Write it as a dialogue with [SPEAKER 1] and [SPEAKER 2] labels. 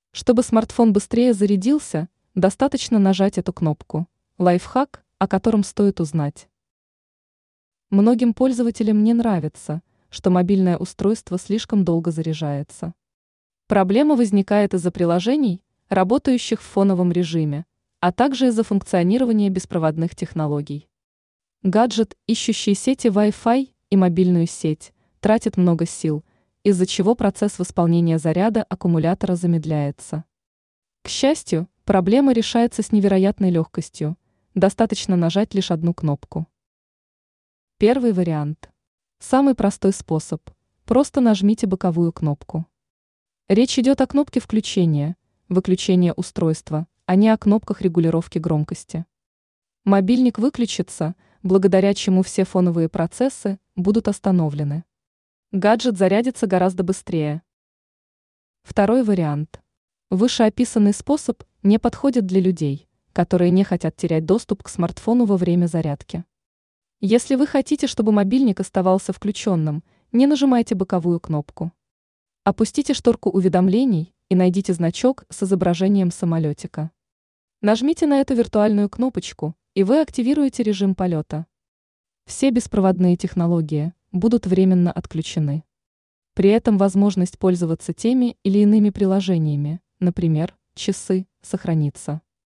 [SPEAKER 1] Чтобы смартфон быстрее зарядился, достаточно нажать эту кнопку. Лайфхак, о котором стоит узнать. Многим пользователям не нравится, что мобильное устройство слишком долго заряжается. Проблема возникает из-за приложений, работающих в фоновом режиме, а также из-за функционирования беспроводных технологий. Гаджет, ищущий сети Wi-Fi и мобильную сеть, тратит много сил, из-за чего процесс восполнения заряда аккумулятора замедляется. К счастью, проблема решается с невероятной легкостью, достаточно нажать лишь одну кнопку. Первый вариант. Самый простой способ. Просто нажмите боковую кнопку. Речь идет о кнопке включения, выключения устройства, а не о кнопках регулировки громкости. Мобильник выключится, благодаря чему все фоновые процессы будут остановлены. Гаджет зарядится гораздо быстрее. Второй вариант. Вышеописанный способ не подходит для людей, которые не хотят терять доступ к смартфону во время зарядки. Если вы хотите, чтобы мобильник оставался включенным, не нажимайте боковую кнопку. Опустите шторку уведомлений и найдите значок с изображением самолетика. Нажмите на эту виртуальную кнопочку, и вы активируете режим полета. Все беспроводные технологии будут временно отключены. При этом возможность пользоваться теми или иными приложениями, например, часы, сохранится.